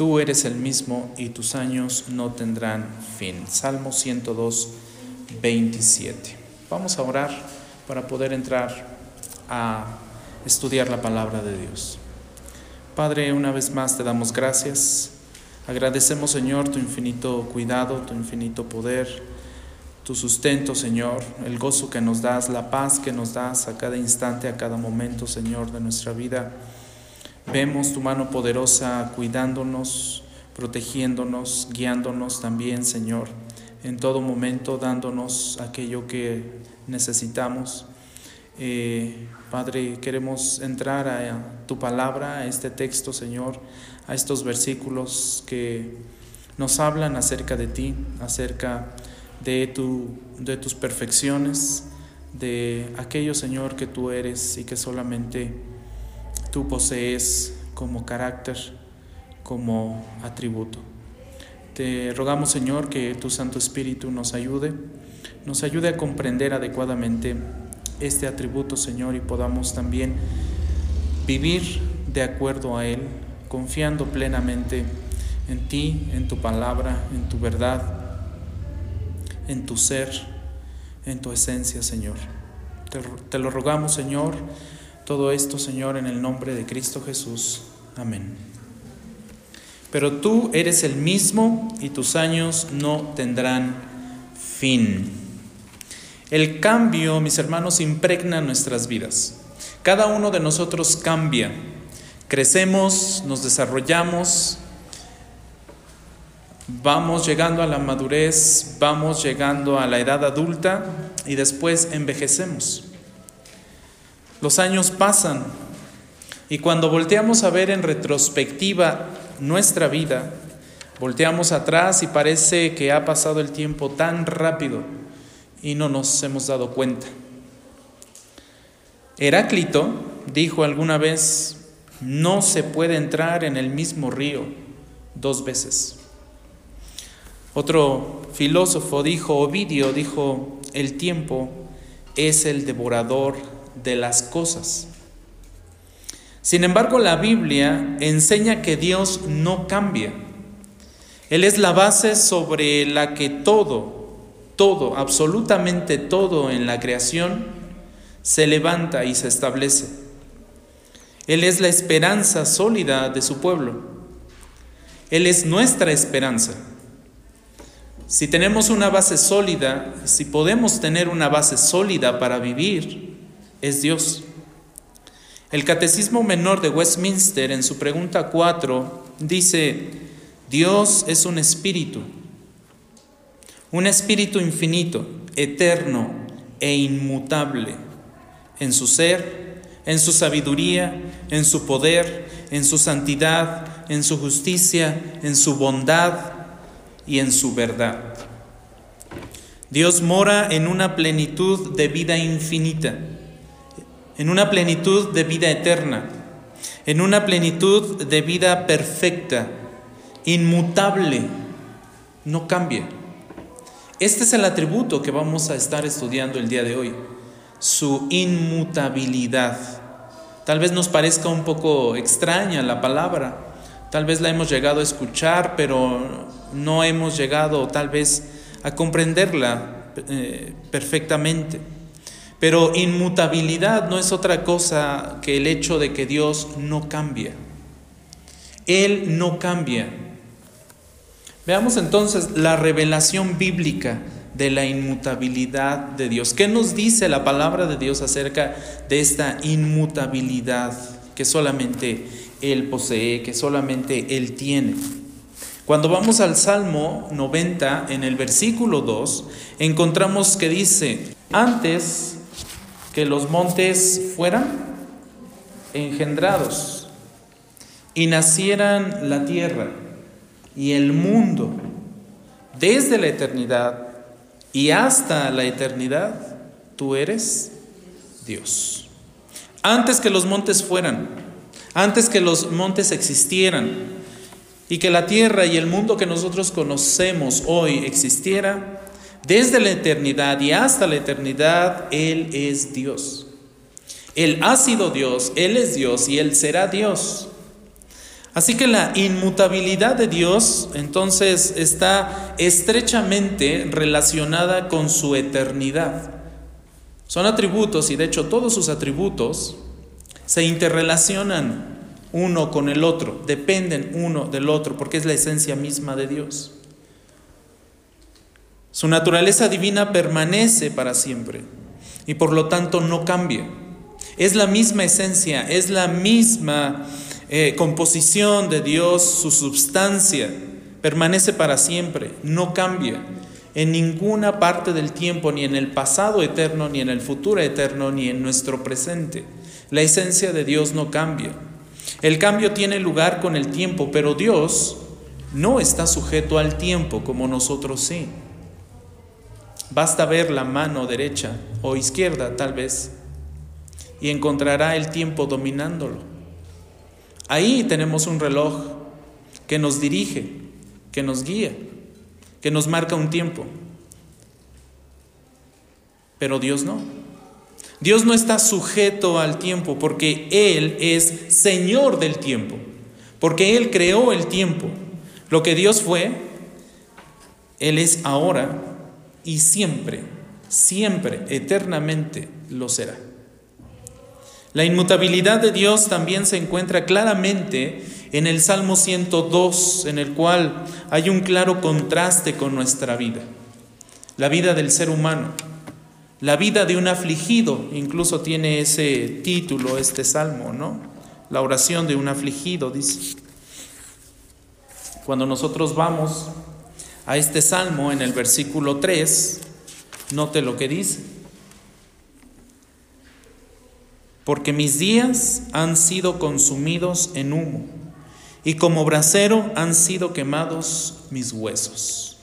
tú eres el mismo y tus años no tendrán fin. Salmo 102, 27. Vamos a orar para poder entrar a estudiar la palabra de Dios. Padre, una vez más te damos gracias. Agradecemos, Señor, tu infinito cuidado, tu infinito poder, tu sustento, Señor, el gozo que nos das, la paz que nos das a cada instante, a cada momento, Señor, de nuestra vida. Vemos tu mano poderosa cuidándonos, protegiéndonos, guiándonos también, Señor, en todo momento, dándonos aquello que necesitamos. Padre, queremos entrar a tu palabra, a este texto, Señor, a estos versículos que nos hablan acerca de ti, acerca de tus perfecciones, de aquello, Señor, que tú eres y que solamente tú posees como carácter, como atributo. Te rogamos, Señor, que tu Santo Espíritu nos ayude a comprender adecuadamente este atributo, Señor, y podamos también vivir de acuerdo a Él, confiando plenamente en ti, en tu palabra, en tu verdad, en tu ser, en tu esencia, Señor. Te lo rogamos, Señor, todo esto, Señor, en el nombre de Cristo Jesús. Amén. Pero tú eres el mismo y tus años no tendrán fin. El cambio, mis hermanos, impregna nuestras vidas. Cada uno de nosotros cambia. Crecemos, nos desarrollamos, vamos llegando a la madurez, vamos llegando a la edad adulta y después envejecemos. Los años pasan y cuando volteamos a ver en retrospectiva nuestra vida, volteamos atrás y parece que ha pasado el tiempo tan rápido y no nos hemos dado cuenta. Heráclito dijo alguna vez: no se puede entrar en el mismo río dos veces. Otro filósofo Ovidio dijo: el tiempo es el devorador de las cosas. Sin embargo, la Biblia enseña que Dios no cambia. Él es la base sobre la que todo, absolutamente todo en la creación se levanta y se establece. Él es la esperanza sólida de su pueblo. Él es nuestra esperanza. Si tenemos una base sólida, si podemos tener una base sólida para vivir, es Dios. El Catecismo Menor de Westminster, en su pregunta 4, dice: Dios es un espíritu infinito, eterno e inmutable, en su ser, en su sabiduría, en su poder, en su santidad, en su justicia, en su bondad y en su verdad. Dios mora en una plenitud de vida infinita, en una plenitud de vida eterna, en una plenitud de vida perfecta, inmutable, no cambia. Este es el atributo que vamos a estar estudiando el día de hoy, su inmutabilidad. Tal vez nos parezca un poco extraña la palabra, tal vez la hemos llegado a escuchar, pero no hemos llegado tal vez a comprenderla perfectamente. Pero inmutabilidad no es otra cosa que el hecho de que Dios no cambia. Él no cambia. Veamos entonces la revelación bíblica de la inmutabilidad de Dios. ¿Qué nos dice la palabra de Dios acerca de esta inmutabilidad que solamente Él posee, que solamente Él tiene? Cuando vamos al Salmo 90, en el versículo 2, encontramos que dice: antes que los montes fueran engendrados y nacieran la tierra y el mundo, desde la eternidad y hasta la eternidad, tú eres Dios. Antes que los montes fueran, antes que los montes existieran y que la tierra y el mundo que nosotros conocemos hoy existiera, desde la eternidad y hasta la eternidad, Él es Dios. Él ha sido Dios, Él es Dios y Él será Dios. Así que la inmutabilidad de Dios entonces está estrechamente relacionada con su eternidad. Son atributos, y de hecho todos sus atributos se interrelacionan uno con el otro, dependen uno del otro, porque es la esencia misma de Dios. Su naturaleza divina permanece para siempre y por lo tanto no cambia. Es la misma esencia, es la misma composición de Dios, su substancia permanece para siempre, no cambia en ninguna parte del tiempo, ni en el pasado eterno, ni en el futuro eterno, ni en nuestro presente. La esencia de Dios no cambia. El cambio tiene lugar con el tiempo, pero Dios no está sujeto al tiempo como nosotros sí. Basta ver la mano derecha o izquierda tal vez y encontrará el tiempo dominándolo. Ahí tenemos un reloj que nos dirige, que nos guía, que nos marca un tiempo. Pero Dios no. Dios no está sujeto al tiempo porque Él es Señor del tiempo, porque Él creó el tiempo. Lo que Dios fue, Él es ahora y siempre, siempre, eternamente lo será. La inmutabilidad de Dios también se encuentra claramente en el Salmo 102, en el cual hay un claro contraste con nuestra vida. La vida del ser humano, la vida de un afligido, incluso tiene ese título, este salmo, ¿no? La oración de un afligido, dice. Cuando nosotros vamos a este salmo, en el versículo 3, note lo que dice. Porque mis días han sido consumidos en humo, y como brasero han sido quemados mis huesos.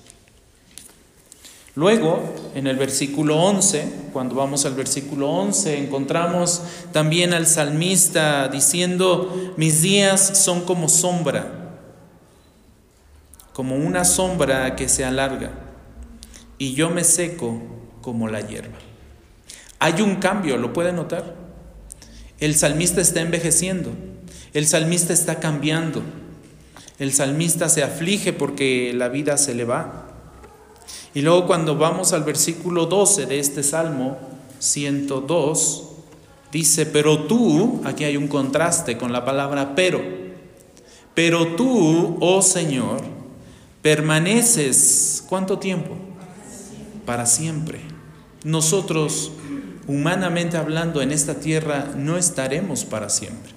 Luego, en el versículo 11, cuando vamos al versículo 11, encontramos también al salmista diciendo: mis días son como sombra, como una sombra que se alarga, y yo me seco como la hierba. Hay un cambio, ¿lo puede notar? El salmista está envejeciendo, el salmista está cambiando, el salmista se aflige porque la vida se le va. Y luego cuando vamos al versículo 12 de este Salmo 102, dice: pero tú, aquí hay un contraste con la palabra pero tú, oh Señor, permaneces, ¿cuánto tiempo? Para siempre. Nosotros, humanamente hablando, en esta tierra no estaremos para siempre.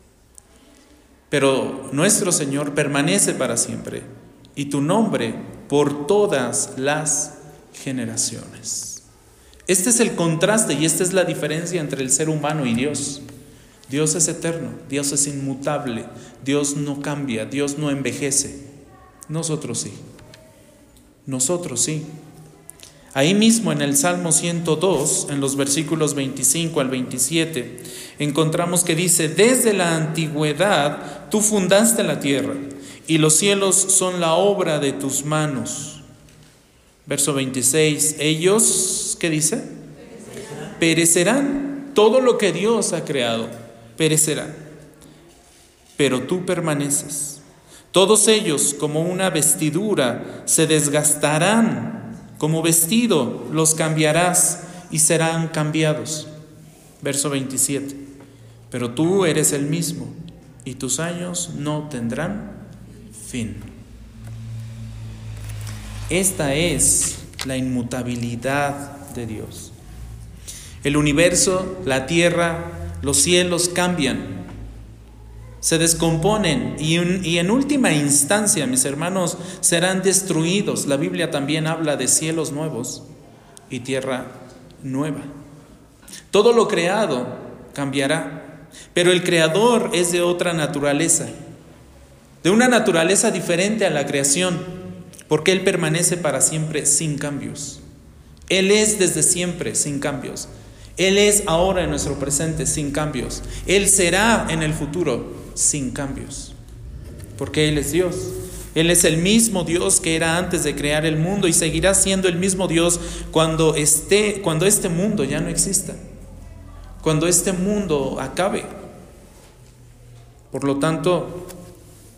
Pero nuestro Señor permanece para siempre, y tu nombre por todas las generaciones. Este es el contraste y esta es la diferencia entre el ser humano y Dios. Dios es eterno, Dios es inmutable, Dios no cambia, Dios no envejece. Nosotros sí. Nosotros sí. Ahí mismo en el Salmo 102, en los versículos 25 al 27, encontramos que dice: desde la antigüedad tú fundaste la tierra, y los cielos son la obra de tus manos. Verso 26, ellos, ¿qué dice? Perecerán. Todo lo que Dios ha creado perecerá, pero tú permaneces. Todos ellos, como una vestidura, se desgastarán. Como vestido los cambiarás y serán cambiados. Verso 27. Pero tú eres el mismo y tus años no tendrán fin. Esta es la inmutabilidad de Dios. El universo, la tierra, los cielos cambian, se descomponen y en última instancia, mis hermanos, serán destruidos. La Biblia también habla de cielos nuevos y tierra nueva. Todo lo creado cambiará, pero el Creador es de otra naturaleza, de una naturaleza diferente a la creación, porque Él permanece para siempre sin cambios. Él es desde siempre sin cambios. Él es ahora en nuestro presente sin cambios. Él será en el futuro sin cambios, porque Él es Dios. Él es el mismo Dios que era antes de crear el mundo y seguirá siendo el mismo Dios cuando este mundo ya no exista, cuando este mundo acabe. Por lo tanto,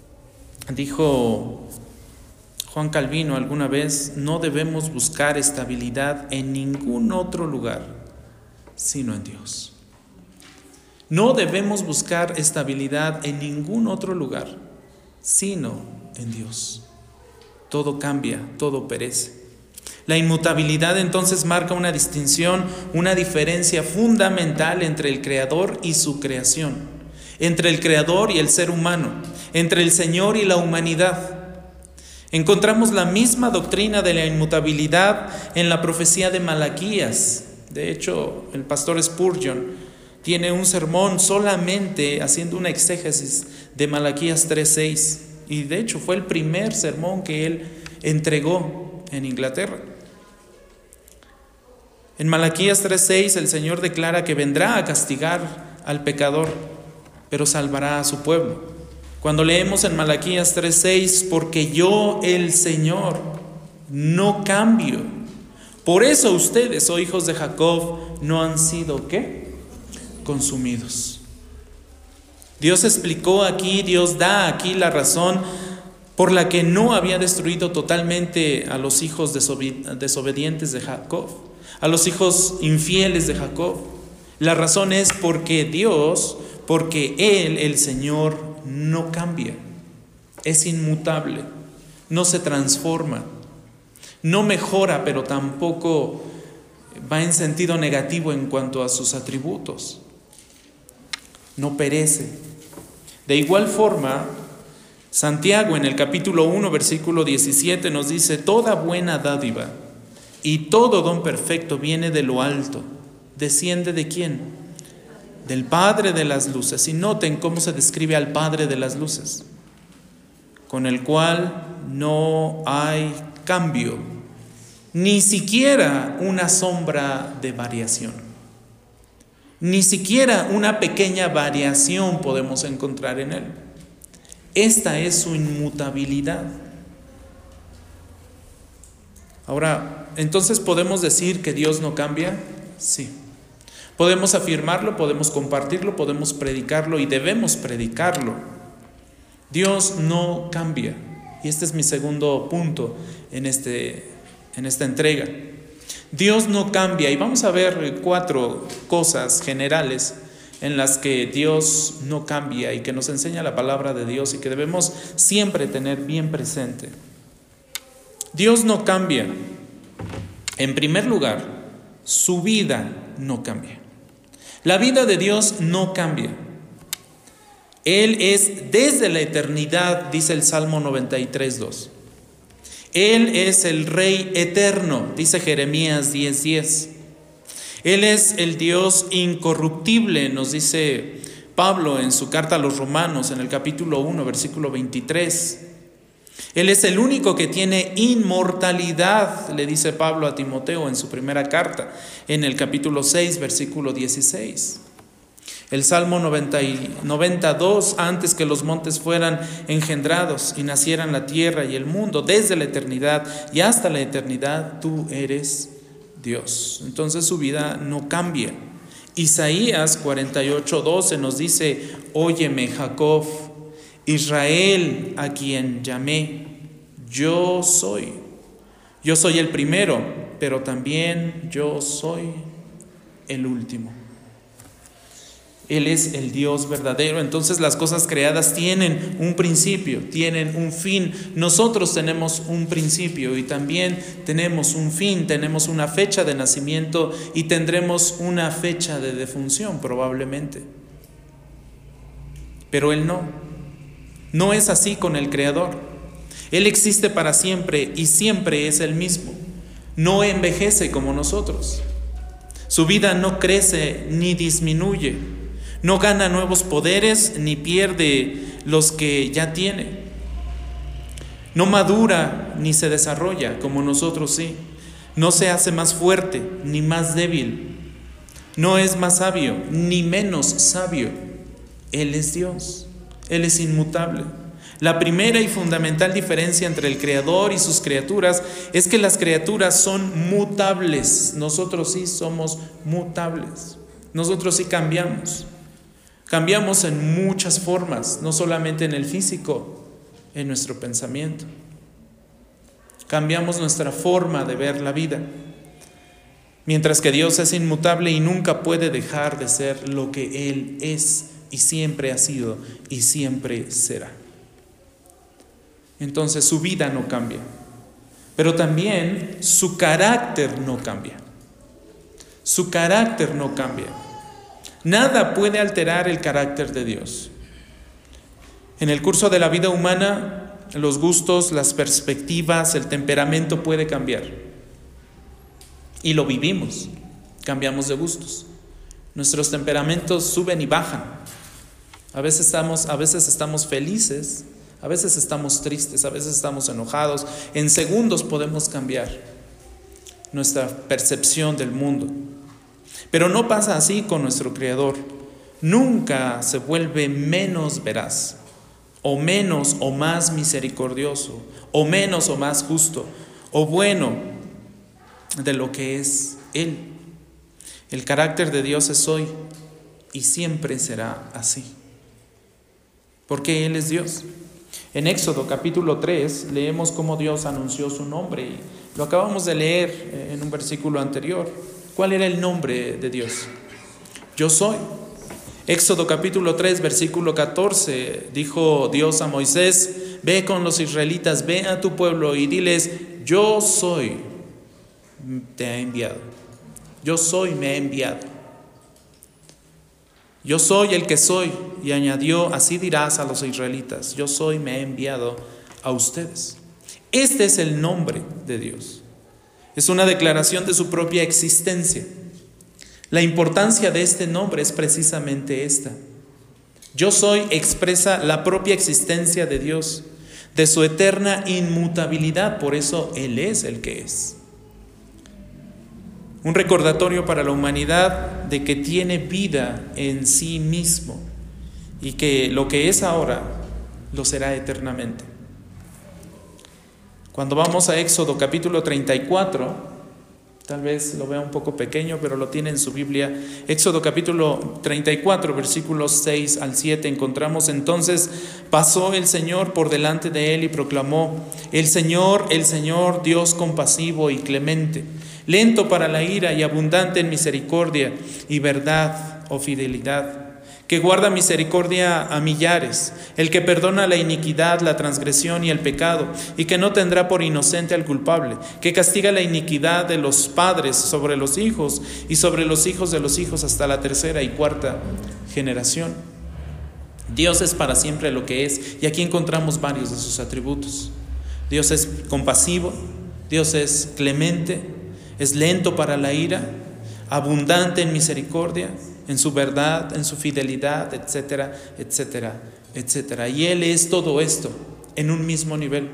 Dijo Juan Calvino alguna vez: no debemos buscar estabilidad en ningún otro lugar, sino en Dios. No debemos buscar estabilidad en ningún otro lugar, sino en Dios. Todo cambia, todo perece. La inmutabilidad entonces marca una distinción, una diferencia fundamental entre el Creador y su creación, entre el Creador y el ser humano, entre el Señor y la humanidad. Encontramos la misma doctrina de la inmutabilidad en la profecía de Malaquías. De hecho, el pastor Spurgeon tiene un sermón solamente haciendo una exégesis de Malaquías 3:6. Y de hecho fue el primer sermón que él entregó en Inglaterra. En Malaquías 3:6 el Señor declara que vendrá a castigar al pecador, pero salvará a su pueblo. Cuando leemos en Malaquías 3:6, porque yo, el Señor, no cambio. Por eso ustedes, oh hijos de Jacob, no han sido, ¿qué? Consumidos. Dios explicó aquí, Dios da aquí la razón por la que no había destruido totalmente a los hijos desobedientes de Jacob, a los hijos infieles de Jacob. La razón es porque Dios, porque Él, el Señor, no cambia, es inmutable, no se transforma, no mejora, pero tampoco va en sentido negativo en cuanto a sus atributos. No perece. De igual forma, Santiago en el capítulo 1, versículo 17 nos dice: toda buena dádiva y todo don perfecto viene de lo alto. ¿Desciende de quién? Del Padre de las luces. Y noten cómo se describe al Padre de las luces: con el cual no hay cambio, ni siquiera una sombra de variación. Ni siquiera una pequeña variación podemos encontrar en Él. Esta es su inmutabilidad. Ahora, ¿entonces podemos decir que Dios no cambia? Sí. Podemos afirmarlo, podemos compartirlo, podemos predicarlo y debemos predicarlo. Dios no cambia. Y este es mi segundo punto en esta entrega. Dios no cambia, y vamos a ver 4 cosas generales en las que Dios no cambia y que nos enseña la palabra de Dios y que debemos siempre tener bien presente. Dios no cambia. En primer lugar, su vida no cambia. La vida de Dios no cambia. Él es desde la eternidad, dice el Salmo 93:2. Él es el Rey eterno, dice Jeremías 10:10. Él es el Dios incorruptible, nos dice Pablo en su carta a los Romanos, en el capítulo 1, versículo 23. Él es el único que tiene inmortalidad, le dice Pablo a Timoteo en su primera carta, en el capítulo 6, versículo 16. El Salmo 92, antes que los montes fueran engendrados y nacieran la tierra y el mundo, desde la eternidad y hasta la eternidad, tú eres Dios. Entonces su vida no cambia. Isaías 48:12 nos dice: óyeme, Jacob, Israel, a quien llamé, yo soy. Yo soy el primero, pero también yo soy el último. Él es el Dios verdadero. Entonces las cosas creadas tienen un principio, tienen un fin. Nosotros tenemos un principio y también tenemos un fin, tenemos una fecha de nacimiento y tendremos una fecha de defunción probablemente. Pero Él no. No es así con el Creador. Él existe para siempre y siempre es el mismo. No envejece como nosotros. Su vida no crece ni disminuye. No gana nuevos poderes ni pierde los que ya tiene. No madura ni se desarrolla como nosotros sí. No se hace más fuerte ni más débil. No es más sabio ni menos sabio. Él es Dios. Él es inmutable. La primera y fundamental diferencia entre el Creador y sus criaturas es que las criaturas son mutables. Nosotros sí somos mutables. Nosotros sí cambiamos. Cambiamos en muchas formas, no solamente en el físico. en nuestro pensamiento. Cambiamos nuestra forma de ver la vida. Mientras que Dios es inmutable y nunca puede dejar de ser lo que Él es y siempre ha sido y siempre será. Entonces su vida no cambia, pero también su carácter no cambia. Su carácter no cambia. Nada puede alterar el carácter de Dios. En el curso de la vida humana, los gustos, las perspectivas, el temperamento puede cambiar. Y lo vivimos, cambiamos de gustos. Nuestros temperamentos suben y bajan. A veces estamos felices, a veces estamos tristes, a veces estamos enojados. En segundos podemos cambiar nuestra percepción del mundo. Pero no pasa así con nuestro Creador. Nunca se vuelve menos veraz, o menos o más misericordioso, o menos o más justo, o bueno de lo que es Él. El carácter de Dios es hoy y siempre será así, porque Él es Dios. En Éxodo capítulo 3 leemos cómo Dios anunció su nombre y lo acabamos de leer en un versículo anterior. ¿Cuál era el nombre de Dios? Yo soy. Éxodo capítulo 3 versículo 14 dijo Dios a Moisés: ve con los israelitas, ve a tu pueblo y diles: yo soy, te ha enviado. Yo soy, me ha enviado. Yo soy el que soy. Y añadió: así dirás a los israelitas: yo soy, me he enviado a ustedes. Este es el nombre de Dios. Es una declaración de su propia existencia. La importancia de este nombre es precisamente esta. Yo soy expresa la propia existencia de Dios, de su eterna inmutabilidad. Por eso Él es el que es. Un recordatorio para la humanidad de que tiene vida en sí mismo y que lo que es ahora lo será eternamente. Cuando vamos a Éxodo capítulo 34, tal vez lo vea un poco pequeño, pero lo tiene en su Biblia. Éxodo capítulo 34, versículos 6 al 7, encontramos: entonces pasó el Señor por delante de él y proclamó: el Señor, Dios compasivo y clemente, lento para la ira y abundante en misericordia y verdad o fidelidad, que guarda misericordia a millares, el que perdona la iniquidad, la transgresión y el pecado, y que no tendrá por inocente al culpable, que castiga la iniquidad de los padres sobre los hijos y sobre los hijos de los hijos hasta la tercera y cuarta generación. Dios es para siempre lo que es, y aquí encontramos varios de sus atributos. Dios es compasivo, Dios es clemente, es lento para la ira, abundante en misericordia, en su verdad, en su fidelidad, etcétera, etcétera, etcétera. Y Él es todo esto en un mismo nivel.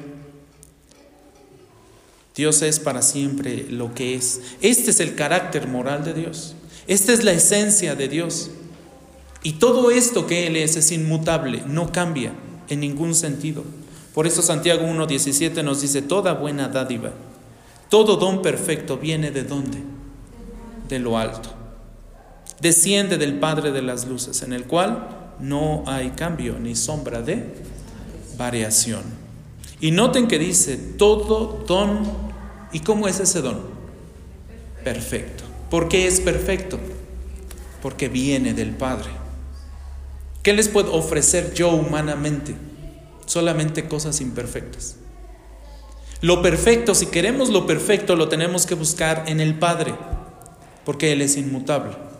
Dios es para siempre lo que es. Este es el carácter moral de Dios. Esta es la esencia de Dios. Y todo esto que Él es inmutable, no cambia en ningún sentido. Por eso Santiago 1:17 nos dice: toda buena dádiva, todo don perfecto viene ¿de dónde? De lo alto. Desciende del Padre de las luces, en el cual no hay cambio ni sombra de variación. Y noten que dice todo don. ¿Y cómo es ese don? Perfecto. ¿Por qué es perfecto? Porque viene del Padre. ¿Qué les puedo ofrecer yo humanamente? Solamente cosas imperfectas. Lo perfecto, si queremos lo perfecto, lo tenemos que buscar en el Padre, porque Él es inmutable.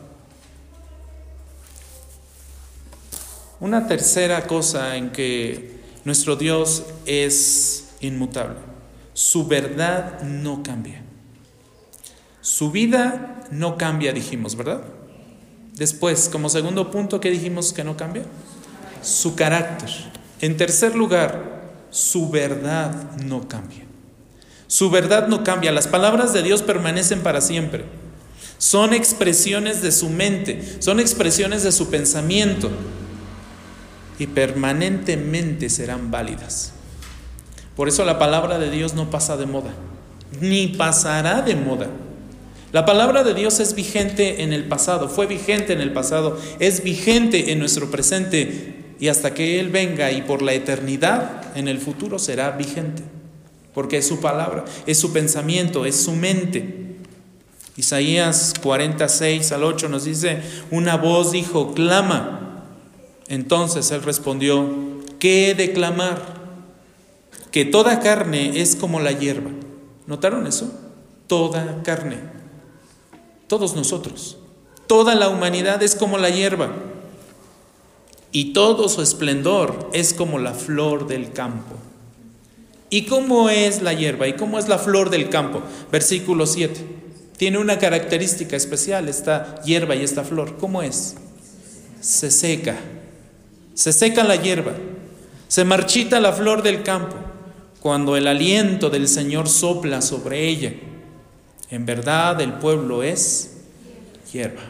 Una tercera cosa en que nuestro Dios es inmutable: su verdad no cambia. Su vida no cambia, dijimos, ¿verdad? Después, como segundo punto, ¿qué dijimos que no cambia? Su carácter. En tercer lugar, su verdad no cambia. Su verdad no cambia. Las palabras de Dios permanecen para siempre. Son expresiones de su mente, son expresiones de su pensamiento, y permanentemente serán válidas. Por eso la palabra de Dios no pasa de moda, ni pasará de moda. La palabra de Dios es vigente en el pasado, fue vigente en el pasado, es vigente en nuestro presente y hasta que Él venga y por la eternidad en el futuro será vigente, porque es su palabra, es su pensamiento, es su mente. Isaías 46 al 8 nos dice: una voz dijo, clama. Entonces Él respondió, ¿qué he de clamar? Que toda carne es como la hierba. ¿Notaron eso? Toda carne. Todos nosotros. Toda la humanidad es como la hierba. Y todo su esplendor es como la flor del campo. ¿Y cómo es la hierba? ¿Y cómo es la flor del campo? Versículo 7. Tiene una característica especial esta hierba y esta flor. ¿Cómo es? Se seca. Se seca la hierba. Se marchita la flor del campo cuando el aliento del Señor sopla sobre ella. En verdad el pueblo es hierba.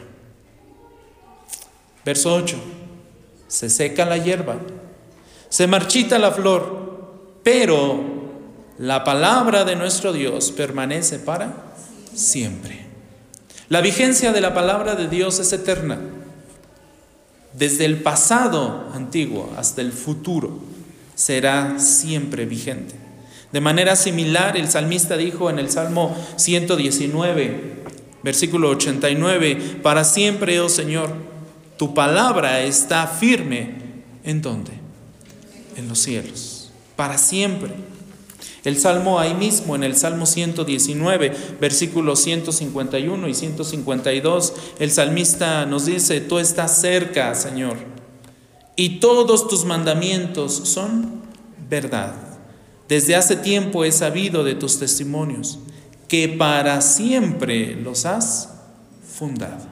Verso 8. Se seca la hierba, se marchita la flor, pero la palabra de nuestro Dios permanece para siempre. La vigencia de la palabra de Dios es eterna. Desde el pasado antiguo hasta el futuro será siempre vigente. De manera similar, el salmista dijo en el Salmo 119, versículo 89, para siempre, oh Señor, tu palabra está firme. ¿En dónde? En los cielos, para siempre. El Salmo ahí mismo, en el Salmo 119, versículos 151 y 152, el salmista nos dice: tú estás cerca, Señor, y todos tus mandamientos son verdad. Desde hace tiempo he sabido de tus testimonios, que para siempre los has fundado.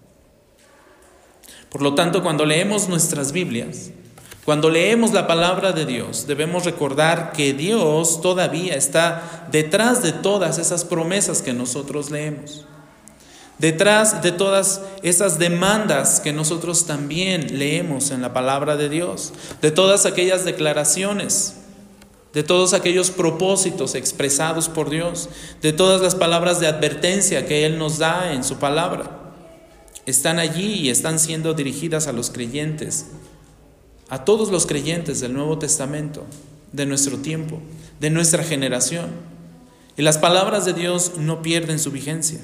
Por lo tanto, cuando leemos nuestras Biblias, cuando leemos la palabra de Dios, debemos recordar que Dios todavía está detrás de todas esas promesas que nosotros leemos, detrás de todas esas demandas que nosotros también leemos en la palabra de Dios, de todas aquellas declaraciones, de todos aquellos propósitos expresados por Dios, de todas las palabras de advertencia que Él nos da en su palabra. Están allí y están siendo dirigidas a los creyentes, a todos los creyentes del Nuevo Testamento, de nuestro tiempo, de nuestra generación. Y las palabras de Dios no pierden su vigencia.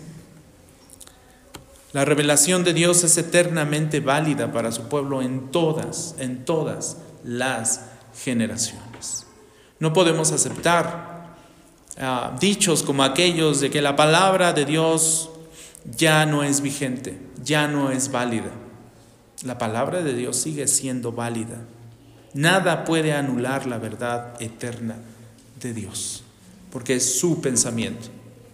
La revelación de Dios es eternamente válida para su pueblo en todas las generaciones. No podemos aceptar dichos como aquellos de que la palabra de Dios ya no es vigente, ya no es válida. La palabra de Dios sigue siendo válida. Nada puede anular la verdad eterna de Dios, porque es su pensamiento.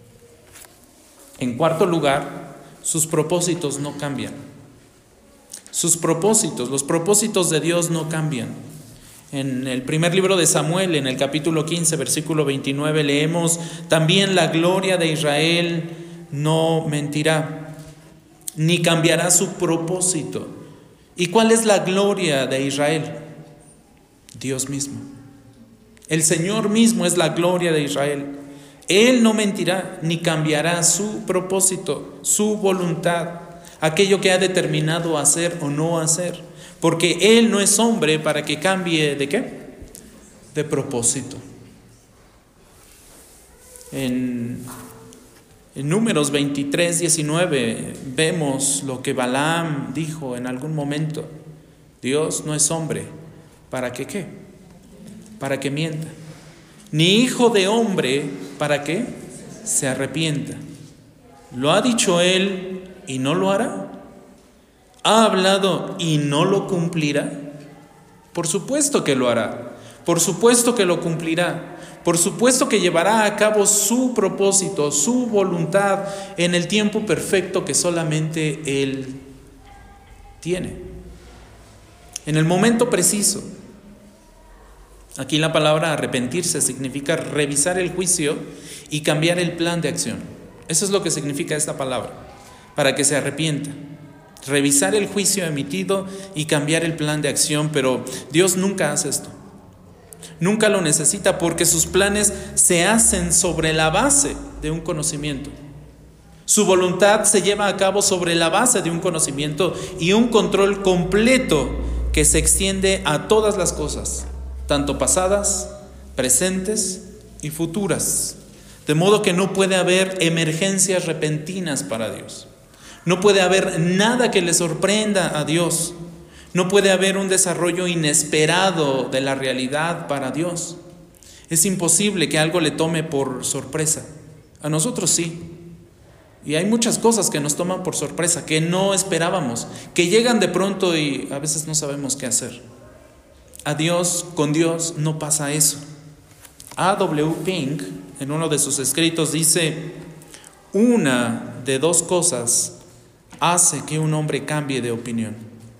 En cuarto lugar, sus propósitos no cambian. Sus propósitos, los propósitos de Dios no cambian. En el primer libro de Samuel, en el capítulo 15, versículo 29, leemos: también la gloria de Israel no mentirá, ni cambiará su propósito. ¿Y cuál es la gloria de Israel? Dios mismo. El Señor mismo es la gloria de Israel. Él no mentirá ni cambiará su propósito, su voluntad, aquello que ha determinado hacer o no hacer, porque Él no es hombre para que cambie ¿de qué? De propósito. En Números 23, 19 vemos lo que Balaam dijo en algún momento: Dios no es hombre para que ¿qué? Para que mienta, ni hijo de hombre para que se arrepienta. ¿Lo ha dicho Él y no lo hará? ¿Ha hablado y no lo cumplirá? Por supuesto que lo hará, por supuesto que lo cumplirá. Por supuesto que llevará a cabo su propósito, su voluntad en el tiempo perfecto que solamente Él tiene. En el momento preciso. Aquí la palabra arrepentirse significa revisar el juicio y cambiar el plan de acción. Eso es lo que significa esta palabra, para que se arrepienta. Revisar el juicio emitido y cambiar el plan de acción, pero Dios nunca hace esto. Nunca lo necesita, porque sus planes se hacen sobre la base de un conocimiento. Su voluntad se lleva a cabo sobre la base de un conocimiento y un control completo que se extiende a todas las cosas, tanto pasadas, presentes y futuras. De modo que no puede haber emergencias repentinas para Dios. No puede haber nada que le sorprenda a Dios. No puede haber un desarrollo inesperado de la realidad para Dios. Es imposible que algo le tome por sorpresa. A nosotros sí. Y hay muchas cosas que nos toman por sorpresa, que no esperábamos, que llegan de pronto y a veces no sabemos qué hacer. Con Dios no pasa eso. A.W. Pink, en uno de sus escritos, dice: una de dos cosas hace que un hombre cambie de opinión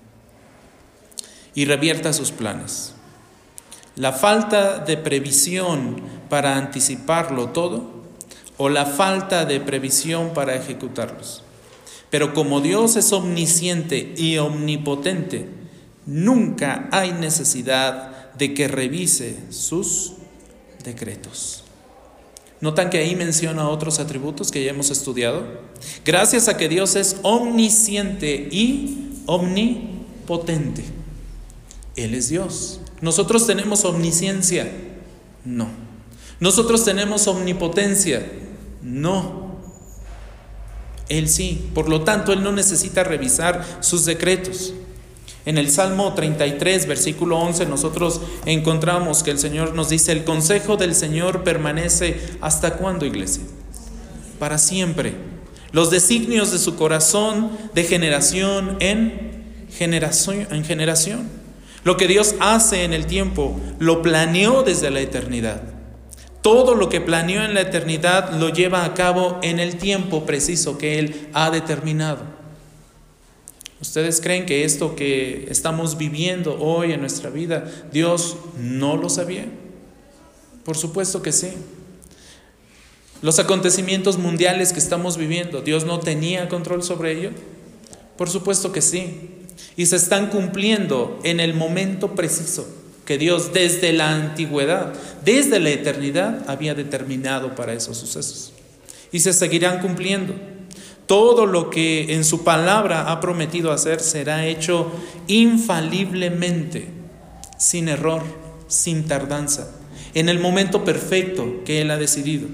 y revierta sus planes: la falta de previsión para anticiparlo todo, o la falta de previsión para ejecutarlos. Pero como Dios es omnisciente y omnipotente, nunca hay necesidad de que revise sus decretos. ¿Notan que ahí menciona otros atributos que ya hemos estudiado? Gracias a que Dios es omnisciente y omnipotente. Él es Dios. ¿Nosotros tenemos omnisciencia? No. ¿Nosotros tenemos omnipotencia? No. Él sí. Por lo tanto, Él no necesita revisar sus decretos. En el Salmo 33, versículo 11, nosotros encontramos que el Señor nos dice: el consejo del Señor permanece ¿hasta cuándo, iglesia? Para siempre. Los designios de su corazón de generación en generación. Lo que Dios hace en el tiempo lo planeó desde la eternidad. Todo lo que planeó en la eternidad lo lleva a cabo en el tiempo preciso que Él ha determinado. ¿Ustedes creen que esto que estamos viviendo hoy en nuestra vida, Dios no lo sabía? Por supuesto que sí. Los acontecimientos mundiales que estamos viviendo, ¿Dios no tenía control sobre ello? Por supuesto que sí. Y se están cumpliendo en el momento preciso que Dios desde la antigüedad, desde la eternidad, había determinado para esos sucesos. Y se seguirán cumpliendo. Todo lo que en su palabra ha prometido hacer será hecho infaliblemente, sin error, sin tardanza, en el momento perfecto que Él ha decidido.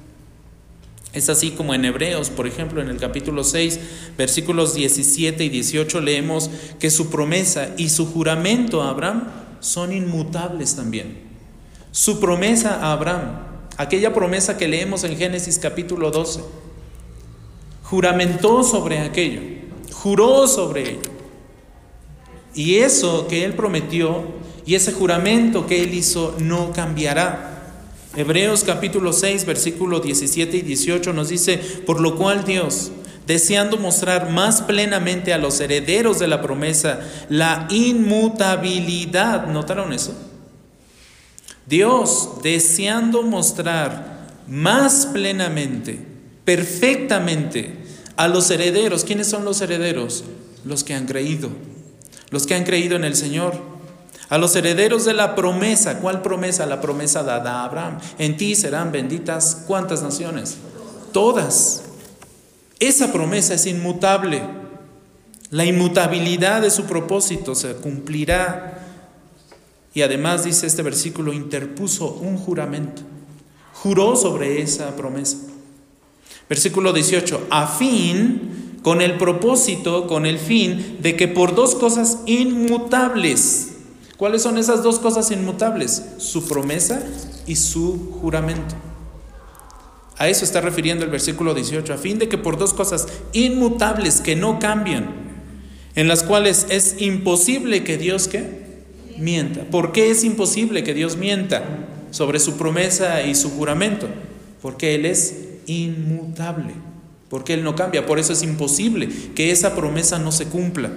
Es así como en Hebreos, por ejemplo, en el capítulo 6, versículos 17 y 18, leemos que su promesa y su juramento a Abraham son inmutables también. Su promesa a Abraham, aquella promesa que leemos en Génesis capítulo 12, juramentó sobre aquello, juró sobre ello. Y eso que Él prometió y ese juramento que Él hizo no cambiará. Hebreos capítulo 6, versículo 17 y 18 nos dice: por lo cual Dios, deseando mostrar más plenamente a los herederos de la promesa la inmutabilidad, ¿notaron eso? Dios, deseando mostrar más plenamente, perfectamente a los herederos. ¿Quiénes son los herederos? Los que han creído en el Señor. A los herederos de la promesa. ¿Cuál promesa? La promesa dada a Abraham: en ti serán benditas ¿cuántas naciones? Todas. Esa promesa es inmutable. La inmutabilidad de su propósito se cumplirá. Y además dice este versículo: interpuso un juramento, juró sobre esa promesa. Versículo 18: a fin, con el propósito, con el fin de que por dos cosas inmutables. ¿Cuáles son esas dos cosas inmutables? Su promesa y su juramento. A eso está refiriendo el versículo 18, a fin de que por dos cosas inmutables que no cambian, en las cuales es imposible que Dios mienta. ¿Por qué es imposible que Dios mienta sobre su promesa y su juramento? Porque Él es inmutable, porque Él no cambia. Por eso es imposible que esa promesa no se cumpla.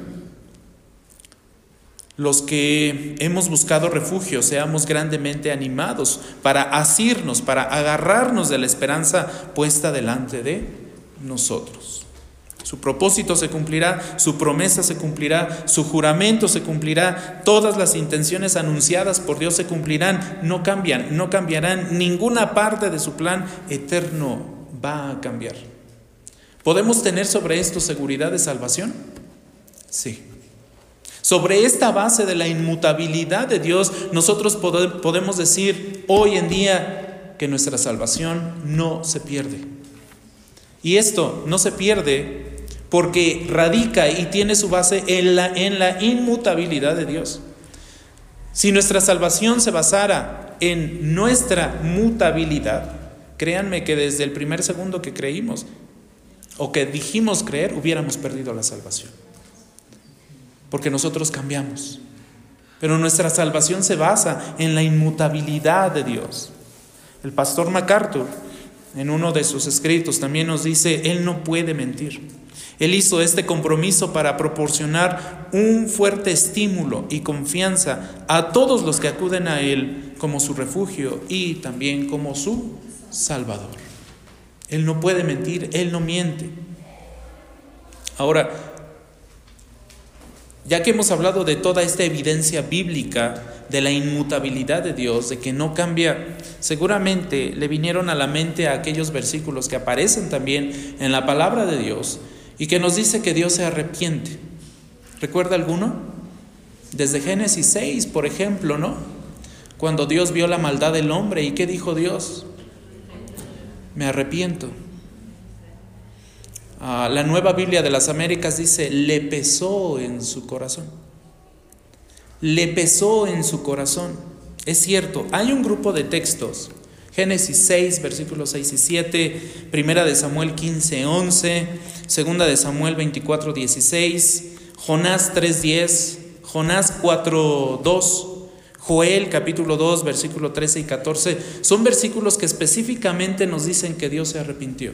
Los que hemos buscado refugio, seamos grandemente animados para asirnos, para agarrarnos de la esperanza puesta delante de nosotros. Su propósito se cumplirá, su promesa se cumplirá, su juramento se cumplirá, todas las intenciones anunciadas por Dios se cumplirán, no cambian, no cambiarán, ninguna parte de su plan eterno va a cambiar. ¿Podemos tener sobre esto seguridad de salvación? Sí. Sobre esta base de la inmutabilidad de Dios, nosotros podemos decir hoy en día que nuestra salvación no se pierde. Y esto no se pierde porque radica y tiene su base en la inmutabilidad de Dios. Si nuestra salvación se basara en nuestra mutabilidad, créanme que desde el primer segundo que creímos o que dijimos creer, hubiéramos perdido la salvación. Porque nosotros cambiamos. Pero nuestra salvación se basa en la inmutabilidad de Dios. El pastor MacArthur, en uno de sus escritos, también nos dice, Él no puede mentir. Él hizo este compromiso para proporcionar un fuerte estímulo y confianza a todos los que acuden a Él como su refugio y también como su Salvador. Él no puede mentir, Él no miente. Ahora, ya que hemos hablado de toda esta evidencia bíblica de la inmutabilidad de Dios, de que no cambia, seguramente le vinieron a la mente a aquellos versículos que aparecen también en la palabra de Dios y que nos dice que Dios se arrepiente. ¿Recuerda alguno? Desde Génesis 6, por ejemplo, ¿no? Cuando Dios vio la maldad del hombre, ¿y qué dijo Dios? Me arrepiento. La Nueva Biblia de las Américas dice, le pesó en su corazón. Le pesó en su corazón. Es cierto, hay un grupo de textos, Génesis 6, versículos 6 y 7, Primera de Samuel 15, 11, Segunda de Samuel 24, 16, Jonás 3, 10, Jonás 4, 2, Joel capítulo 2, versículo 13 y 14, son versículos que específicamente nos dicen que Dios se arrepintió,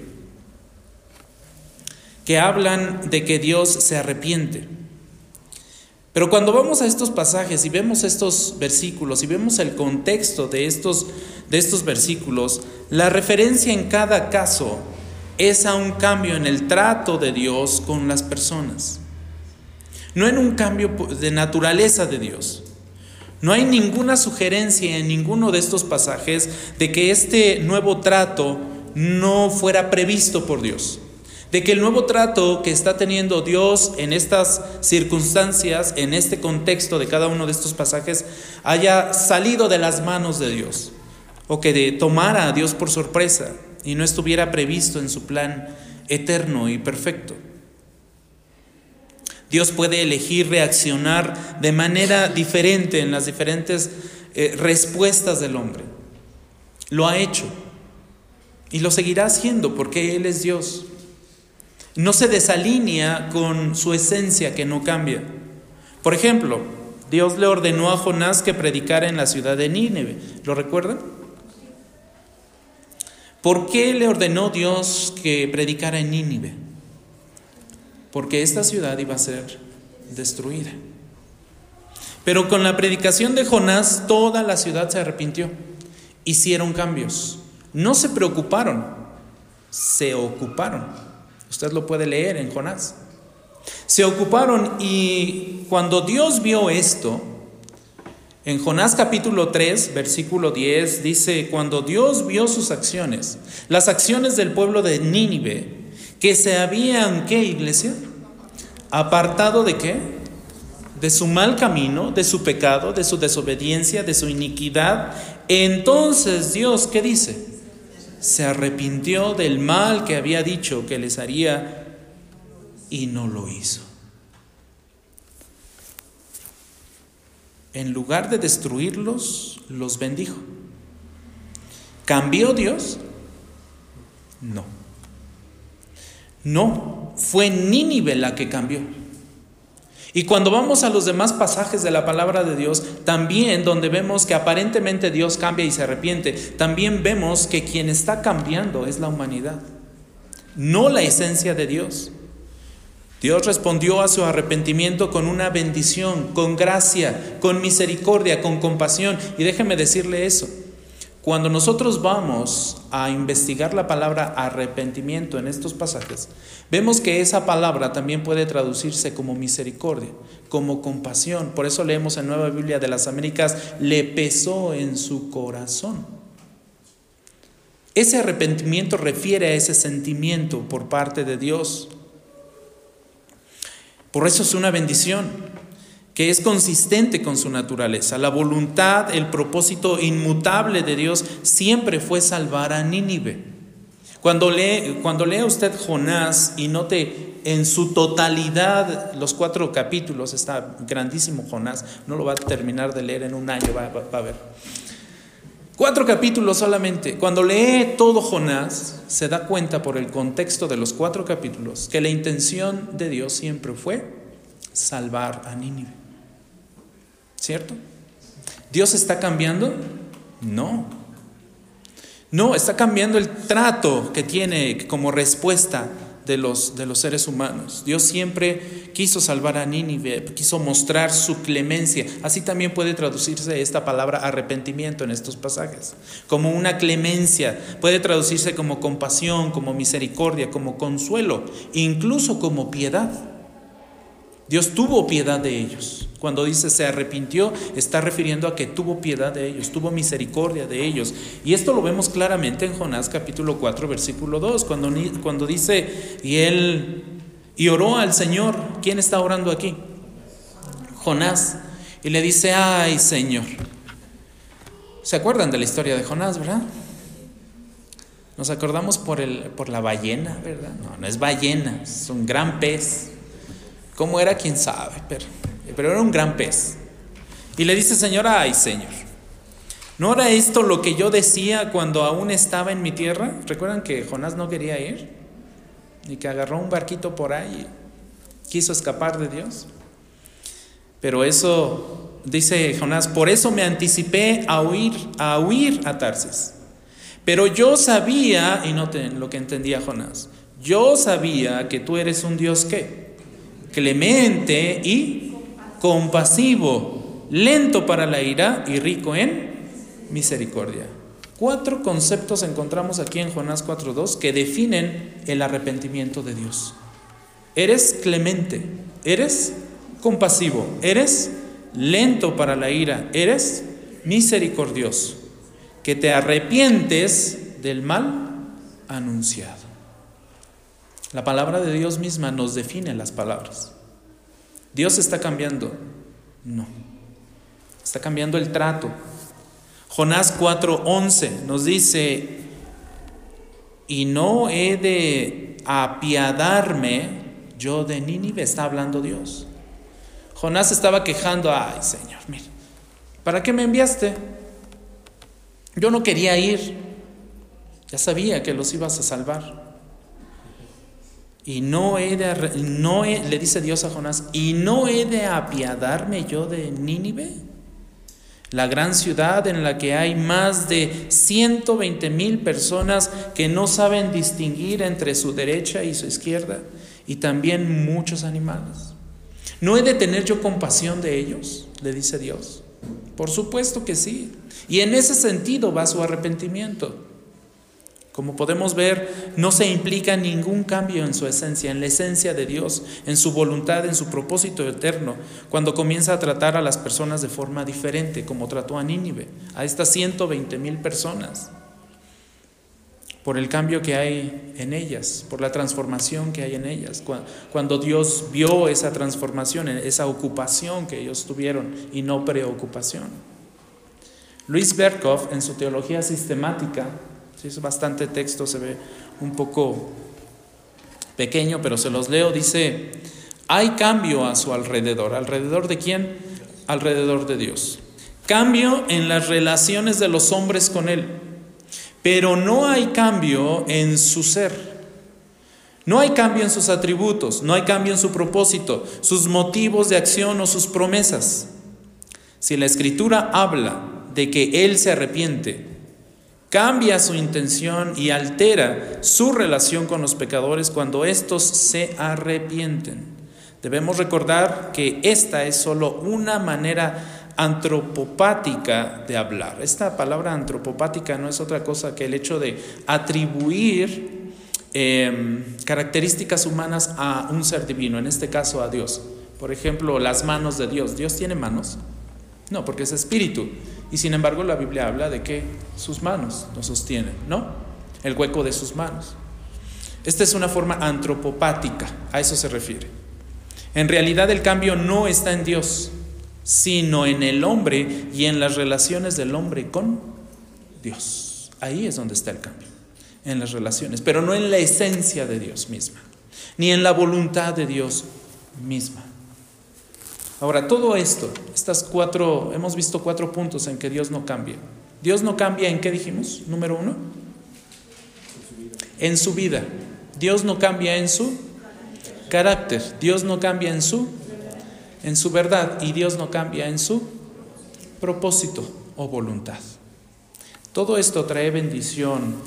que hablan de que Dios se arrepiente. Pero cuando vamos a estos pasajes y vemos estos versículos y vemos el contexto de estos versículos, la referencia en cada caso es a un cambio en el trato de Dios con las personas, no en un cambio de naturaleza de Dios. No hay ninguna sugerencia en ninguno de estos pasajes de que este nuevo trato no fuera previsto por Dios, de que el nuevo trato que está teniendo Dios en estas circunstancias, en este contexto de cada uno de estos pasajes, haya salido de las manos de Dios, o que tomara a Dios por sorpresa y no estuviera previsto en su plan eterno y perfecto. Dios puede elegir reaccionar de manera diferente en las diferentes respuestas del hombre. Lo ha hecho y lo seguirá haciendo porque Él es Dios. No se desalinea con su esencia que no cambia. Por ejemplo, Dios le ordenó a Jonás que predicara en la ciudad de Nínive. ¿Lo recuerdan? ¿Por qué le ordenó Dios que predicara en Nínive? Porque esta ciudad iba a ser destruida. Pero con la predicación de Jonás, toda la ciudad se arrepintió. Hicieron cambios. No se preocuparon, se ocuparon. Usted lo puede leer en Jonás. Se ocuparon, y cuando Dios vio esto, en Jonás capítulo 3, versículo 10, dice, cuando Dios vio sus acciones, las acciones del pueblo de Nínive, que se habían, ¿qué, iglesia? Apartado de ¿qué? De su mal camino, de su pecado, de su desobediencia, de su iniquidad. Entonces Dios, ¿qué dice? Se arrepintió del mal que había dicho que les haría y no lo hizo. En lugar de destruirlos, los bendijo. ¿Cambió Dios? No. No, fue Nínive la que cambió. Y cuando vamos a los demás pasajes de la palabra de Dios, también donde vemos que aparentemente Dios cambia y se arrepiente, también vemos que quien está cambiando es la humanidad, no la esencia de Dios. Dios respondió a su arrepentimiento con una bendición, con gracia, con misericordia, con compasión. Y déjeme decirle eso. Cuando nosotros vamos a investigar la palabra arrepentimiento en estos pasajes, vemos que esa palabra también puede traducirse como misericordia, como compasión. Por eso leemos en Nueva Biblia de las Américas, le pesó en su corazón. Ese arrepentimiento refiere a ese sentimiento por parte de Dios. Por eso es una bendición. que es consistente con su naturaleza. La voluntad, el propósito inmutable de Dios siempre fue salvar a Nínive. Cuando lea usted Jonás y note en su totalidad los 4 capítulos, está grandísimo Jonás, no lo va a terminar de leer en un año, va a ver. 4 capítulos solamente. Cuando lee todo Jonás, se da cuenta por el contexto de los 4 capítulos que la intención de Dios siempre fue salvar a Nínive. ¿Cierto? ¿Dios está cambiando? No. No, está cambiando el trato que tiene como respuesta de los seres humanos. Dios siempre quiso salvar a Nínive, quiso mostrar su clemencia. Así también puede traducirse esta palabra arrepentimiento en estos pasajes, como una clemencia. Puede traducirse como compasión, como misericordia, como consuelo, incluso como piedad. Dios tuvo piedad de ellos. Cuando dice se arrepintió, está refiriendo a que tuvo piedad de ellos, tuvo misericordia de ellos. Y esto lo vemos claramente en Jonás capítulo 4, versículo 2, cuando dice, y oró al Señor. ¿Quién está orando aquí? Jonás. Y le dice, ay Señor. ¿Se acuerdan de la historia de Jonás, verdad? Nos acordamos por la ballena, ¿verdad? No es ballena, es un gran pez. ¿Cómo era? ¿Quién sabe? Pero era un gran pez. Y le dice, Señor, ay Señor, ¿no era esto lo que yo decía cuando aún estaba en mi tierra? ¿Recuerdan que Jonás no quería ir? Y que agarró un barquito por ahí y quiso escapar de Dios. Pero eso, dice Jonás, por eso me anticipé a huir a Tarsis. Pero yo sabía, y noten lo que entendía Jonás, yo sabía que tú eres un Dios ¿qué? Clemente y compasivo, lento para la ira y rico en misericordia. 4 conceptos encontramos aquí en Jonás 4:2 que definen el arrepentimiento de Dios. Eres clemente, eres compasivo, eres lento para la ira, eres misericordioso, que te arrepientes del mal anunciado. La palabra de Dios misma nos define las palabras. ¿Dios está cambiando? No. Está cambiando el trato. Jonás 4:11 nos dice, y no he de apiadarme yo de Nínive. Está hablando Dios. Jonás estaba quejando, ay Señor, mira, ¿para qué me enviaste? Yo no quería ir. Ya sabía que los ibas a salvar. Y le dice Dios a Jonás, ¿y no he de apiadarme yo de Nínive? La gran ciudad en la que hay más de 120,000 personas que no saben distinguir entre su derecha y su izquierda, y también muchos animales. ¿No he de tener yo compasión de ellos?, le dice Dios. Por supuesto que sí. Y en ese sentido va su arrepentimiento. Como podemos ver, no se implica ningún cambio en su esencia, en la esencia de Dios, en su voluntad, en su propósito eterno, cuando comienza a tratar a las personas de forma diferente, como trató a Nínive, a estas 120,000 personas, por el cambio que hay en ellas, por la transformación que hay en ellas. Cuando Dios vio esa transformación, esa ocupación que ellos tuvieron y no preocupación. Luis Berkhoff, en su teología sistemática, es bastante texto, se ve un poco pequeño, pero se los leo. Dice, hay cambio a su alrededor. ¿Alrededor de quién? Alrededor de Dios. Cambio en las relaciones de los hombres con Él, pero no hay cambio en su ser. No hay cambio en sus atributos, no hay cambio en su propósito, sus motivos de acción o sus promesas. Si la Escritura habla de que Él se arrepiente, cambia su intención y altera su relación con los pecadores cuando estos se arrepienten. Debemos recordar que esta es solo una manera antropopática de hablar. Esta palabra antropopática no es otra cosa que el hecho de atribuir características humanas a un ser divino, en este caso a Dios. Por ejemplo, las manos de Dios. ¿Dios tiene manos? No, porque es espíritu. Y sin embargo la Biblia habla de que sus manos lo sostienen, ¿no? El hueco de sus manos. Esta es una forma antropopática, a eso se refiere. En realidad el cambio no está en Dios, sino en el hombre y en las relaciones del hombre con Dios. Ahí es donde está el cambio, en las relaciones, pero no en la esencia de Dios misma, ni en la voluntad de Dios misma. Ahora, todo esto, hemos visto 4 puntos en que Dios no cambia. Dios no cambia ¿en qué dijimos? Número 1, en su vida. Dios no cambia en su carácter. Dios no cambia en su verdad. Y Dios no cambia en su propósito o voluntad. Todo esto trae bendición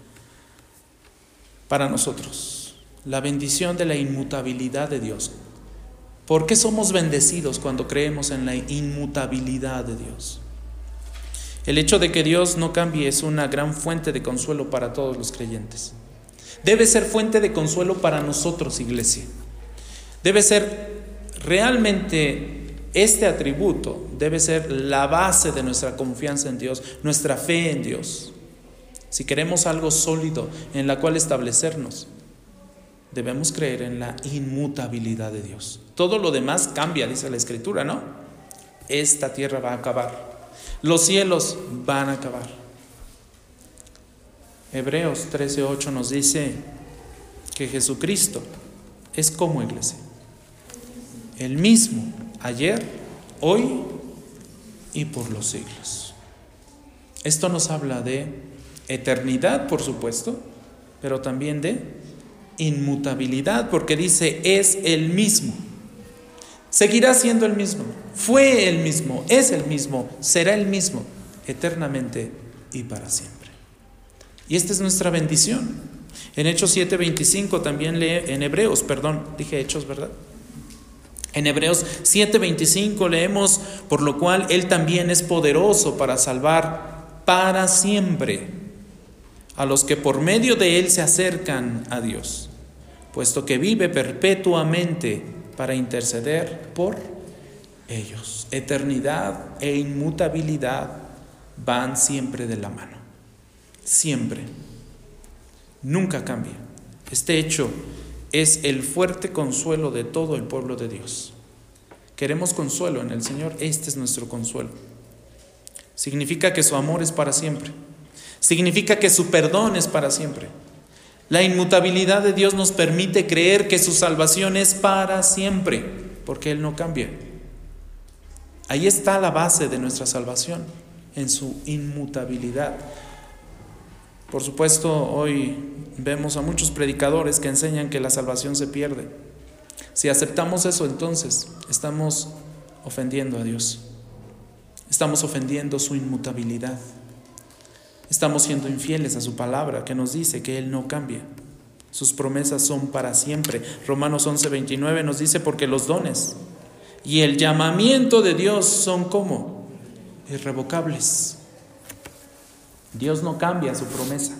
para nosotros. La bendición de la inmutabilidad de Dios. ¿Por qué somos bendecidos cuando creemos en la inmutabilidad de Dios? El hecho de que Dios no cambie es una gran fuente de consuelo para todos los creyentes. Debe ser fuente de consuelo para nosotros, iglesia. Debe ser realmente este atributo, debe ser la base de nuestra confianza en Dios, nuestra fe en Dios. Si queremos algo sólido en la cual establecernos, debemos creer en la inmutabilidad de Dios. Todo lo demás cambia, dice la Escritura, ¿no? Esta tierra va a acabar. Los cielos van a acabar. Hebreos 13:8 nos dice que Jesucristo es como, iglesia, el mismo ayer, hoy y por los siglos. Esto nos habla de eternidad, por supuesto, pero también de inmutabilidad, porque dice es el mismo, seguirá siendo el mismo, fue el mismo, es el mismo, será el mismo eternamente y para siempre. Y esta es nuestra bendición. En Hechos 7:25 también en Hebreos 7:25 leemos, por lo cual Él también es poderoso para salvar para siempre a los que por medio de Él se acercan a Dios, puesto que vive perpetuamente para interceder por ellos. Eternidad e inmutabilidad van siempre de la mano. Siempre. Nunca cambia. Este hecho es el fuerte consuelo de todo el pueblo de Dios. Queremos consuelo en el Señor, este es nuestro consuelo. Significa que su amor es para siempre. Significa que su perdón es para siempre. La inmutabilidad de Dios nos permite creer que su salvación es para siempre, porque Él no cambia. Ahí está la base de nuestra salvación, en su inmutabilidad. Por supuesto, hoy vemos a muchos predicadores que enseñan que la salvación se pierde. Si aceptamos eso, entonces estamos ofendiendo a Dios. Estamos ofendiendo su inmutabilidad. Estamos siendo infieles a su palabra, que nos dice que Él no cambia. Sus promesas son para siempre. Romanos 11:29 nos dice, porque los dones y el llamamiento de Dios son ¿cómo? Irrevocables. Dios no cambia su promesa.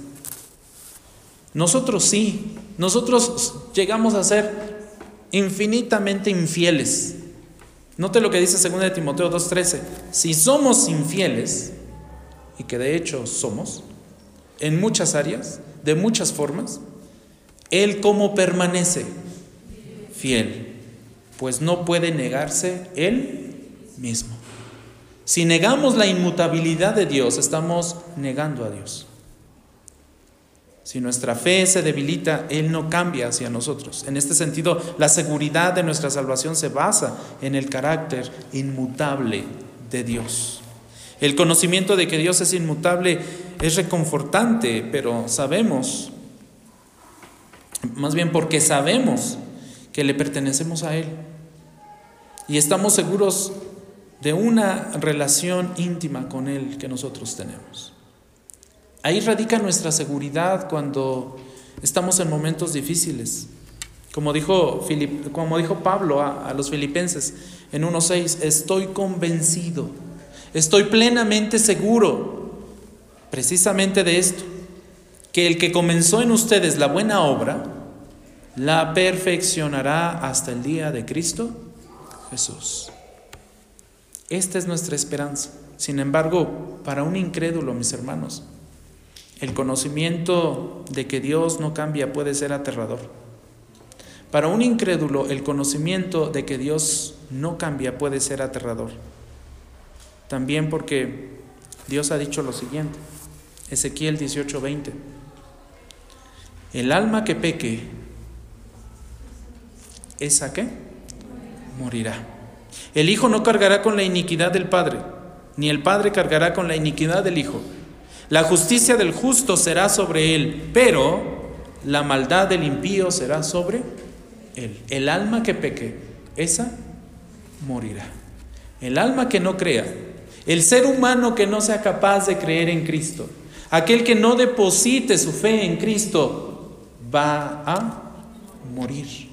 Nosotros sí. Nosotros llegamos a ser infinitamente infieles. Note lo que dice 2 de Timoteo 2:13. Si somos infieles, y que de hecho somos, en muchas áreas, de muchas formas, Él ¿cómo permanece? Fiel, pues no puede negarse Él mismo. Si negamos la inmutabilidad de Dios, estamos negando a Dios. Si nuestra fe se debilita, Él no cambia hacia nosotros. En este sentido, la seguridad de nuestra salvación se basa en el carácter inmutable de Dios. El conocimiento de que Dios es inmutable es reconfortante, pero sabemos, más bien porque sabemos que le pertenecemos a Él. Y estamos seguros de una relación íntima con Él que nosotros tenemos. Ahí radica nuestra seguridad cuando estamos en momentos difíciles. Como dijo Pablo a los filipenses en 1:6, estoy convencido, estoy plenamente seguro precisamente de esto, que el que comenzó en ustedes la buena obra, la perfeccionará hasta el día de Cristo Jesús. Esta es nuestra esperanza. Sin embargo, para un incrédulo, mis hermanos, el conocimiento de que Dios no cambia puede ser aterrador. Para un incrédulo, el conocimiento de que Dios no cambia puede ser aterrador. También porque Dios ha dicho lo siguiente, Ezequiel 18:20. El alma que peque, ¿esa qué? Morirá. El hijo no cargará con la iniquidad del padre, ni el padre cargará con la iniquidad del hijo. La justicia del justo será sobre él, pero la maldad del impío será sobre él. El alma que peque, esa morirá. El alma que no crea, el ser humano que no sea capaz de creer en Cristo, aquel que no deposite su fe en Cristo, va a morir.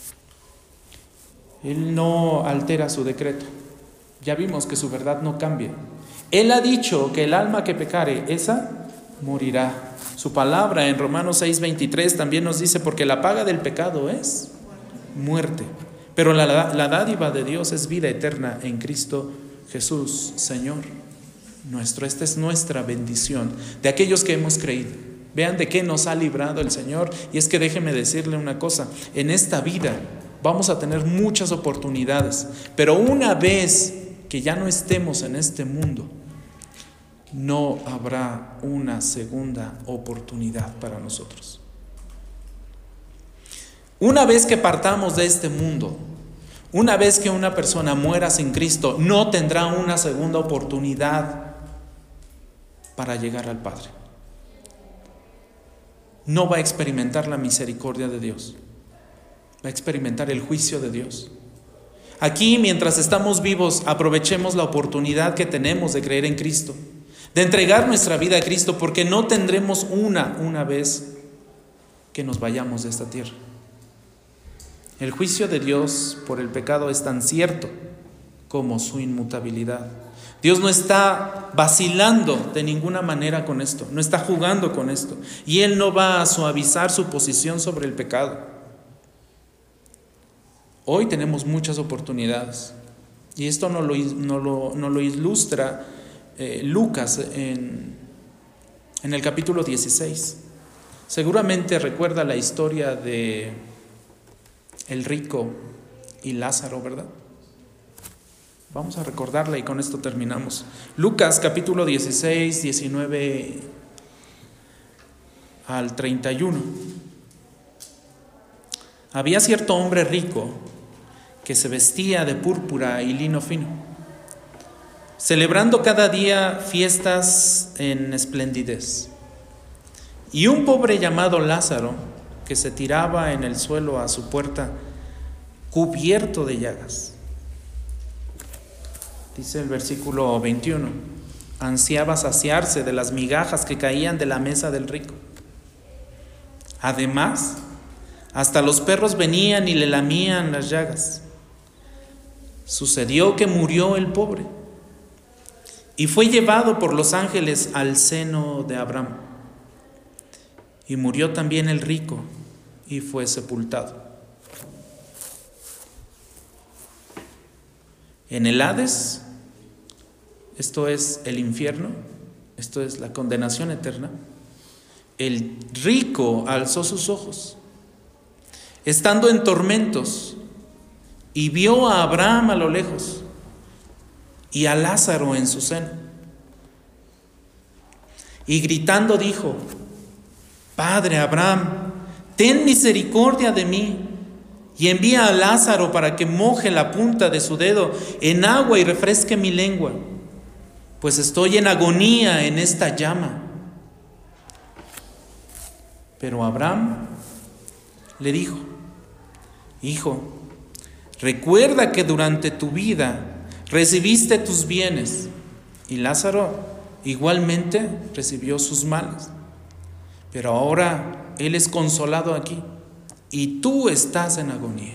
Él no altera su decreto. Ya vimos que su verdad no cambia. Él ha dicho que el alma que pecare, esa morirá. Su palabra en Romanos 6:23 también nos dice, porque la paga del pecado es muerte, pero la dádiva de Dios es vida eterna en Cristo Jesús, Señor nuestro. Esta es nuestra bendición de aquellos que hemos creído. Vean de qué nos ha librado el Señor. Y es que déjeme decirle una cosa, en esta vida vamos a tener muchas oportunidades, pero una vez que ya no estemos en este mundo, no habrá una segunda oportunidad para nosotros. Una vez que partamos de este mundo, una vez que una persona muera sin Cristo, no tendrá una segunda oportunidad para llegar al Padre. No va a experimentar la misericordia de Dios, va a experimentar el juicio de Dios. Aquí, mientras estamos vivos, aprovechemos la oportunidad que tenemos de creer en Cristo, de entregar nuestra vida a Cristo, porque no tendremos una vez que nos vayamos de esta tierra. El juicio de Dios por el pecado es tan cierto como su inmutabilidad. Dios no está vacilando de ninguna manera con esto, no está jugando con esto, y Él no va a suavizar su posición sobre el pecado. Hoy tenemos muchas oportunidades, y esto nos lo ilustra Lucas en el capítulo 16. Seguramente recuerda la historia de el rico y Lázaro, ¿verdad? Vamos a recordarla y con esto terminamos. Lucas capítulo 16, 19 al 31. Había cierto hombre rico que se vestía de púrpura y lino fino, celebrando cada día fiestas en esplendidez. Y un pobre llamado Lázaro, que se tiraba en el suelo a su puerta, cubierto de llagas. Dice el versículo 21, ansiaba saciarse de las migajas que caían de la mesa del rico. Además, hasta los perros venían y le lamían las llagas. Sucedió que murió el pobre y fue llevado por los ángeles al seno de Abraham. Y murió también el rico y fue sepultado. En el Hades, esto es el infierno, esto es la condenación eterna, el rico alzó sus ojos, estando en tormentos, y vio a Abraham a lo lejos y a Lázaro en su seno. Y gritando dijo: Padre Abraham, ten misericordia de mí y envía a Lázaro para que moje la punta de su dedo en agua y refresque mi lengua, pues estoy en agonía en esta llama. Pero Abraham le dijo: Hijo, recuerda que durante tu vida recibiste tus bienes y Lázaro igualmente recibió sus males. Pero ahora él es consolado aquí y tú estás en agonía.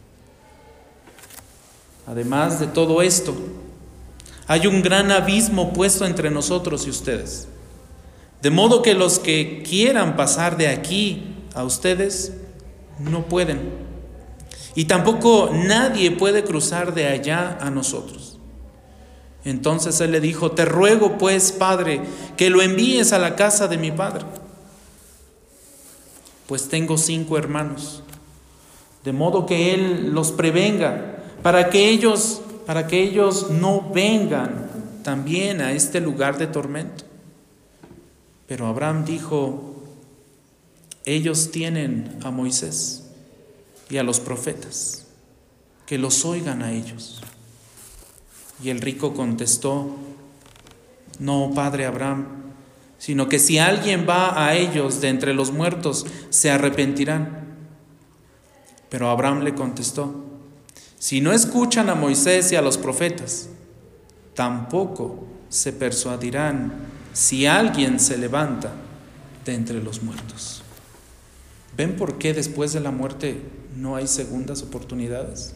Además de todo esto, hay un gran abismo puesto entre nosotros y ustedes, de modo que los que quieran pasar de aquí a ustedes no pueden, y tampoco nadie puede cruzar de allá a nosotros. Entonces él le dijo: Te ruego pues, Padre, que lo envíes a la casa de mi padre, pues tengo 5 hermanos. de modo que Él los prevenga, para que ellos no vengan también a este lugar de tormento. Pero Abraham dijo: ellos tienen a Moisés y a los profetas, que los oigan a ellos. Y el rico contestó: no, padre Abraham, sino que si alguien va a ellos de entre los muertos, se arrepentirán. Pero Abraham le contestó: si no escuchan a Moisés y a los profetas, tampoco se persuadirán si alguien se levanta de entre los muertos. ¿Ven por qué después de la muerte no hay segundas oportunidades?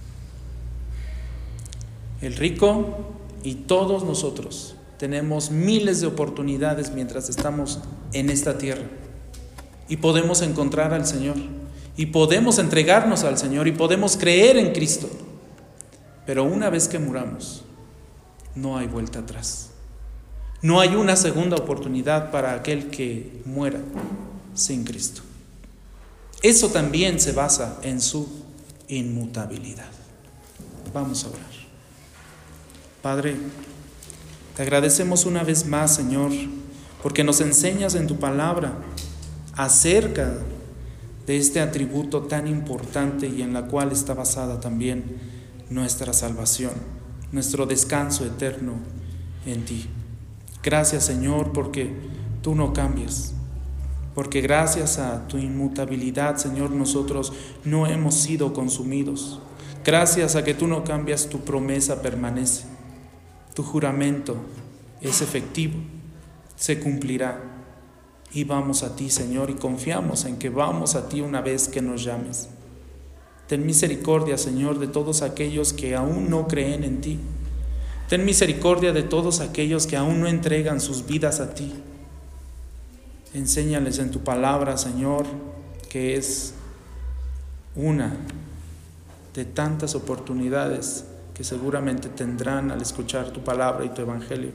El rico y todos nosotros tenemos miles de oportunidades mientras estamos en esta tierra, y podemos encontrar al Señor, y podemos entregarnos al Señor, y podemos creer en Cristo. Pero una vez que muramos, no hay vuelta atrás. No hay una segunda oportunidad para aquel que muera sin Cristo. Eso también se basa en su inmutabilidad. Vamos a orar. Padre, te agradecemos una vez más, Señor, porque nos enseñas en tu palabra acerca de este atributo tan importante y en la cual está basada también nuestra salvación, nuestro descanso eterno en ti. Gracias, Señor, porque tú no cambias, porque gracias a tu inmutabilidad, Señor, nosotros no hemos sido consumidos. Gracias a que tú no cambias, tu promesa permanece. Tu juramento es efectivo, se cumplirá. Y vamos a ti, Señor, y confiamos en que vamos a ti una vez que nos llames. Ten misericordia, Señor, de todos aquellos que aún no creen en ti. Ten misericordia de todos aquellos que aún no entregan sus vidas a ti. Enséñales en tu palabra, Señor, que es una de tantas oportunidades que seguramente tendrán al escuchar tu palabra y tu evangelio,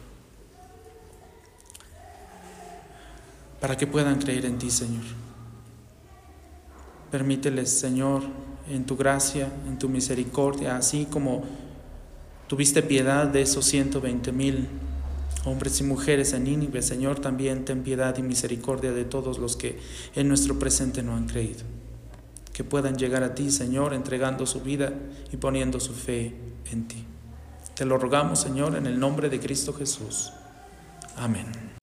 para que puedan creer en ti, Señor. Permíteles, Señor, en tu gracia, en tu misericordia, así como tuviste piedad de esos 120,000 hombres y mujeres en Nínive, Señor, también ten piedad y misericordia de todos los que en nuestro presente no han creído. Que puedan llegar a ti, Señor, entregando su vida y poniendo su fe en ti. Te lo rogamos, Señor, en el nombre de Cristo Jesús. Amén.